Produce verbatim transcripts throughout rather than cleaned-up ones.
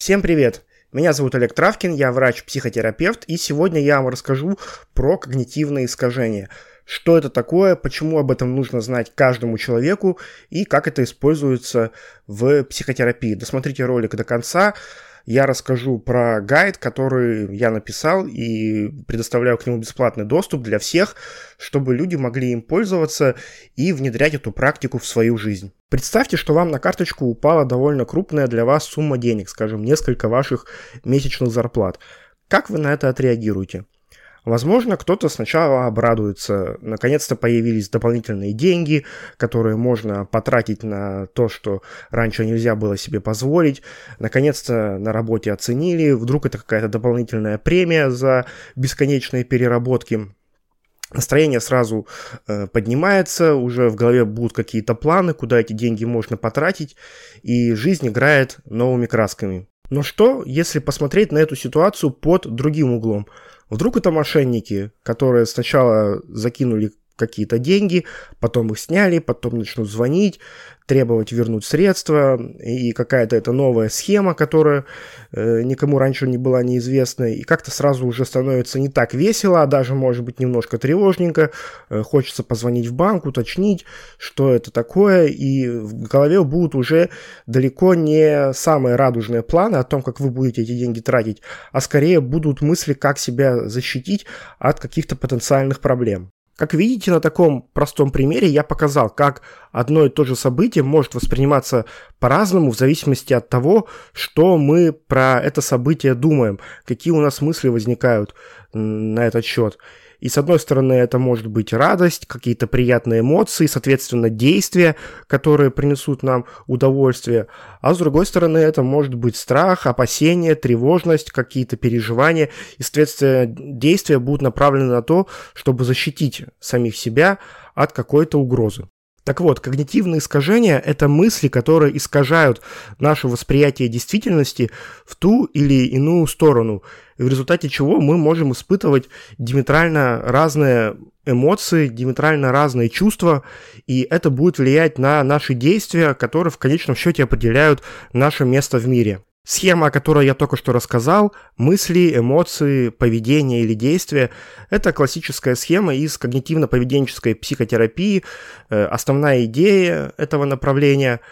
Всем привет! Меня зовут Олег Травкин, я врач-психотерапевт, и сегодня я вам расскажу про когнитивные искажения. Что это такое, почему об этом нужно знать каждому человеку и как это используется в психотерапии. Досмотрите ролик до конца. Я расскажу про гайд, который я написал, и предоставляю к нему бесплатный доступ для всех, чтобы люди могли им пользоваться и внедрять эту практику в свою жизнь. Представьте, что вам на карточку упала довольно крупная для вас сумма денег, скажем, несколько ваших месячных зарплат. Как вы на это отреагируете? Возможно, кто-то сначала обрадуется, наконец-то появились дополнительные деньги, которые можно потратить на то, что раньше нельзя было себе позволить, наконец-то на работе оценили, вдруг это какая-то дополнительная премия за бесконечные переработки. Настроение сразу э, поднимается, уже в голове будут какие-то планы, куда эти деньги можно потратить, и жизнь играет новыми красками. Но что, если посмотреть на эту ситуацию под другим углом? Вдруг это мошенники, которые сначала закинули какие-то деньги, потом их сняли, потом начнут звонить, требовать вернуть средства, и какая-то это новая схема, которая э, никому раньше не была неизвестна, и как-то сразу уже становится не так весело, а даже, может быть, немножко тревожненько, э, хочется позвонить в банк, уточнить, что это такое, и в голове будут уже далеко не самые радужные планы о том, как вы будете эти деньги тратить, а скорее будут мысли, как себя защитить от каких-то потенциальных проблем. Как видите, на таком простом примере я показал, как одно и то же событие может восприниматься по-разному в зависимости от того, что мы про это событие думаем, какие у нас мысли возникают на этот счет. И с одной стороны, это может быть радость, какие-то приятные эмоции, соответственно, действия, которые принесут нам удовольствие. А с другой стороны, это может быть страх, опасение, тревожность, какие-то переживания. И, соответственно, действия будут направлены на то, чтобы защитить самих себя от какой-то угрозы. Так вот, когнитивные искажения – это мысли, которые искажают наше восприятие действительности в ту или иную сторону, в результате чего мы можем испытывать диаметрально разные эмоции, диаметрально разные чувства, и это будет влиять на наши действия, которые в конечном счете определяют наше место в мире. Схема, о которой я только что рассказал, мысли, эмоции, поведение или действия – это классическая схема из когнитивно-поведенческой психотерапии, основная идея этого направления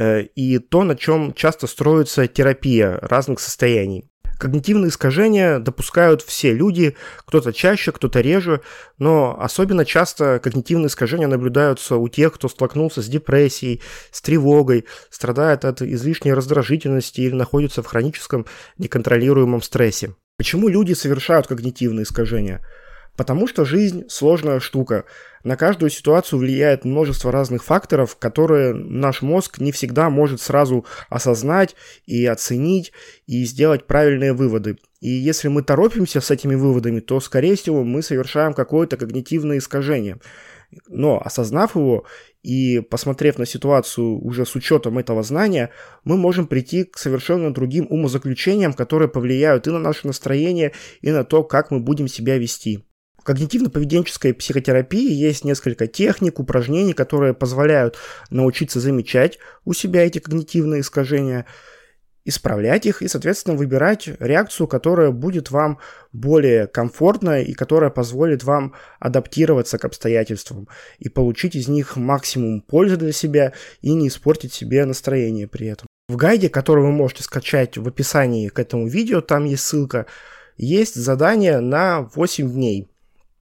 и то, на чем часто строится терапия разных состояний. Когнитивные искажения допускают все люди, кто-то чаще, кто-то реже, но особенно часто когнитивные искажения наблюдаются у тех, кто столкнулся с депрессией, с тревогой, страдает от излишней раздражительности или находится в хроническом неконтролируемом стрессе. Почему люди совершают когнитивные искажения? Потому что жизнь сложная штука. На каждую ситуацию влияет множество разных факторов, которые наш мозг не всегда может сразу осознать и оценить, и сделать правильные выводы. И если мы торопимся с этими выводами, то, скорее всего, мы совершаем какое-то когнитивное искажение. Но, осознав его и посмотрев на ситуацию уже с учетом этого знания, мы можем прийти к совершенно другим умозаключениям, которые повлияют и на наше настроение, и на то, как мы будем себя вести. В когнитивно-поведенческой психотерапии есть несколько техник, упражнений, которые позволяют научиться замечать у себя эти когнитивные искажения, исправлять их и, соответственно, выбирать реакцию, которая будет вам более комфортной и которая позволит вам адаптироваться к обстоятельствам и получить из них максимум пользы для себя и не испортить себе настроение при этом. В гайде, который вы можете скачать в описании к этому видео, там есть ссылка, есть задание на восемь дней.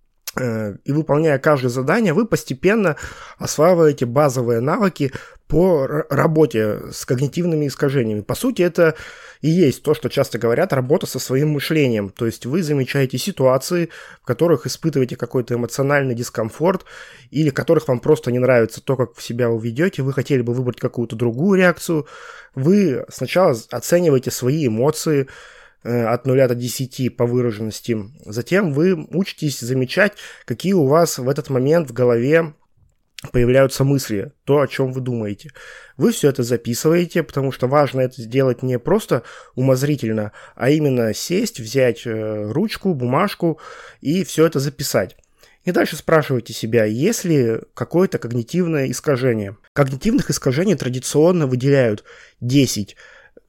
И выполняя каждое задание, вы постепенно осваиваете базовые навыки по работе с когнитивными искажениями. По сути, это и есть то, что часто говорят, работа со своим мышлением. То есть вы замечаете ситуации, в которых испытываете какой-то эмоциональный дискомфорт или в которых вам просто не нравится то, как себя вы ведете, вы хотели бы выбрать какую-то другую реакцию. Вы сначала оцениваете свои эмоции от нуля до десяти по выраженности. Затем вы учитесь замечать, какие у вас в этот момент в голове появляются мысли, то, о чем вы думаете. Вы все это записываете, потому что важно это сделать не просто умозрительно, а именно сесть, взять ручку, бумажку и все это записать. И дальше спрашивайте себя, есть ли какое-то когнитивное искажение. Когнитивных искажений традиционно выделяют десять.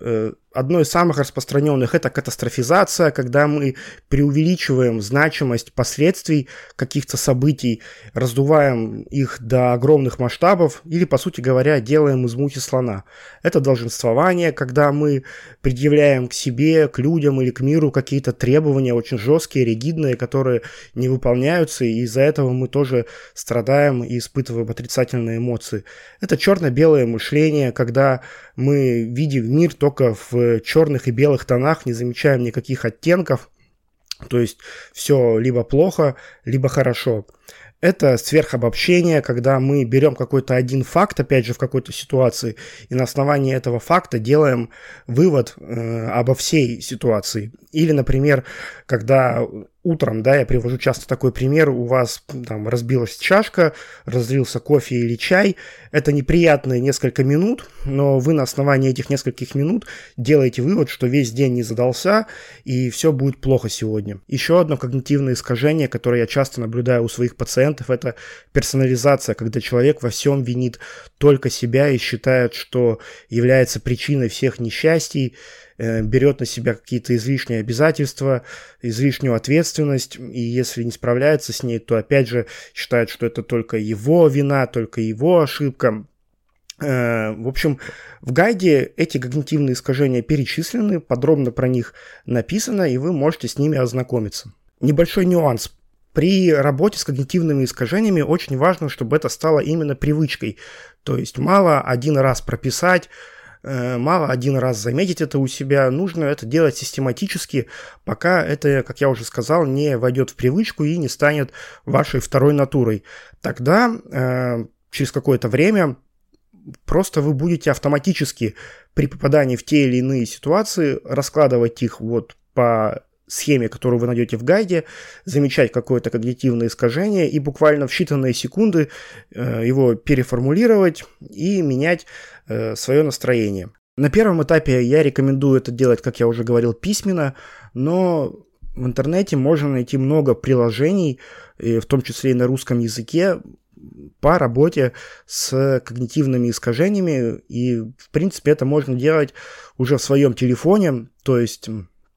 Одно из самых распространенных – это катастрофизация, когда мы преувеличиваем значимость последствий каких-то событий, раздуваем их до огромных масштабов или, по сути говоря, делаем из мухи слона. Это долженствование, когда мы предъявляем к себе, к людям или к миру какие-то требования очень жесткие, ригидные, которые не выполняются, и из-за этого мы тоже страдаем и испытываем отрицательные эмоции. Это черно-белое мышление, когда мы видим мир только в черных и белых тонах, не замечаем никаких оттенков, то есть все либо плохо, либо хорошо. Это сверхобобщение, когда мы берем какой-то один факт, опять же, в какой-то ситуации, и на основании этого факта делаем вывод э, обо всей ситуации. Или, например, когда утром, да, я привожу часто такой пример, у вас там разбилась чашка, разлился кофе или чай, это неприятные несколько минут, но вы на основании этих нескольких минут делаете вывод, что весь день не задался и все будет плохо сегодня. Еще одно когнитивное искажение, которое я часто наблюдаю у своих пациентов, это персонализация, когда человек во всем винит только себя и считает, что является причиной всех несчастий, берет на себя какие-то излишние обязательства, излишнюю ответственность, и если не справляется с ней, то опять же считает, что это только его вина, только его ошибка. В общем, в гайде эти когнитивные искажения перечислены, подробно про них написано, и вы можете с ними ознакомиться. Небольшой нюанс. При работе с когнитивными искажениями очень важно, чтобы это стало именно привычкой. То есть мало один раз прописать, мало один раз заметить это у себя, нужно это делать систематически, пока это, как я уже сказал, не войдет в привычку и не станет вашей второй натурой. Тогда э, через какое-то время просто вы будете автоматически при попадании в те или иные ситуации раскладывать их вот по схеме, которую вы найдете в гайде, замечать какое-то когнитивное искажение и буквально в считанные секунды э, его переформулировать и менять э, свое настроение. На первом этапе я рекомендую это делать, как я уже говорил, письменно, но в интернете можно найти много приложений, в том числе и на русском языке, по работе с когнитивными искажениями, и в принципе это можно делать уже в своем телефоне, то есть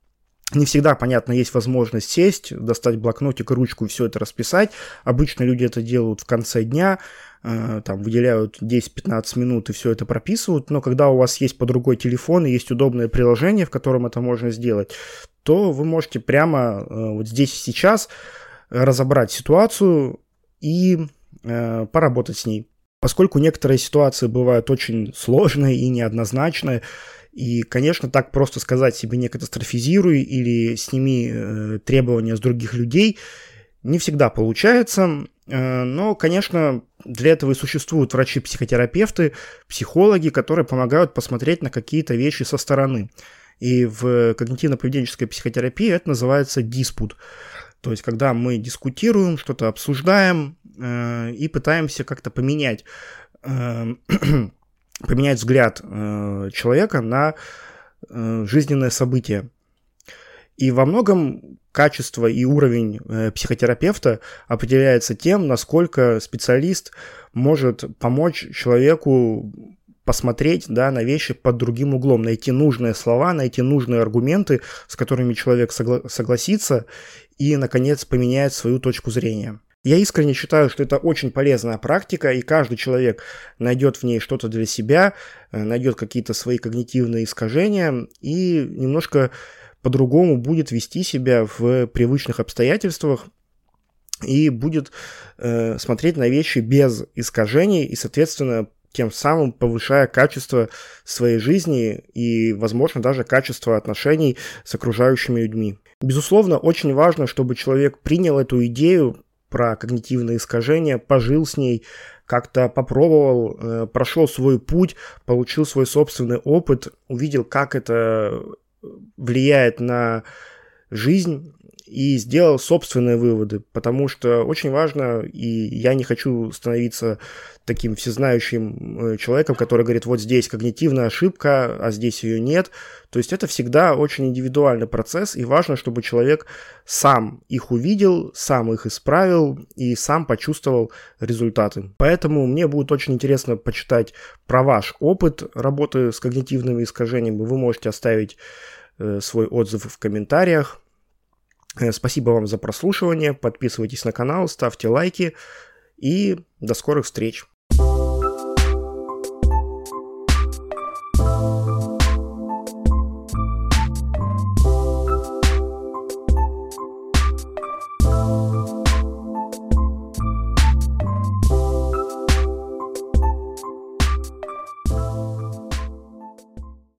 не всегда, понятно, есть возможность сесть, достать блокнотик и ручку и все это расписать. Обычно люди это делают в конце дня, э, там выделяют десять-пятнадцать минут и все это прописывают. Но когда у вас есть под рукой телефон и есть удобное приложение, в котором это можно сделать, то вы можете прямо э, вот здесь и сейчас разобрать ситуацию и э, поработать с ней. Поскольку некоторые ситуации бывают очень сложные и неоднозначные, и, конечно, так просто сказать себе «не катастрофизируй» или «сними э, требования с других людей» не всегда получается. Э, но, конечно, для этого и существуют врачи-психотерапевты, психологи, которые помогают посмотреть на какие-то вещи со стороны. И в когнитивно-поведенческой психотерапии это называется диспут. То есть, когда мы дискутируем, что-то обсуждаем э, и пытаемся как-то поменять э, поменять взгляд э, человека на э, жизненное событие. И во многом качество и уровень э, психотерапевта определяется тем, насколько специалист может помочь человеку посмотреть, да, на вещи под другим углом, найти нужные слова, найти нужные аргументы, с которыми человек согла- согласится и, наконец, поменяет свою точку зрения. Я искренне считаю, что это очень полезная практика, и каждый человек найдет в ней что-то для себя, найдет какие-то свои когнитивные искажения и немножко по-другому будет вести себя в привычных обстоятельствах и будет э, смотреть на вещи без искажений и, соответственно, тем самым повышая качество своей жизни и, возможно, даже качество отношений с окружающими людьми. Безусловно, очень важно, чтобы человек принял эту идею про когнитивные искажения, пожил с ней, как-то попробовал, э, прошел свой путь, получил свой собственный опыт, увидел, как это влияет на жизнь и сделал собственные выводы, потому что очень важно, и я не хочу становиться таким всезнающим человеком, который говорит, вот здесь когнитивная ошибка, а здесь ее нет. То есть это всегда очень индивидуальный процесс, и важно, чтобы человек сам их увидел, сам их исправил и сам почувствовал результаты. Поэтому мне будет очень интересно почитать про ваш опыт работы с когнитивными искажениями. Вы можете оставить э, свой отзыв в комментариях. Э, спасибо вам за прослушивание. Подписывайтесь на канал, ставьте лайки и до скорых встреч.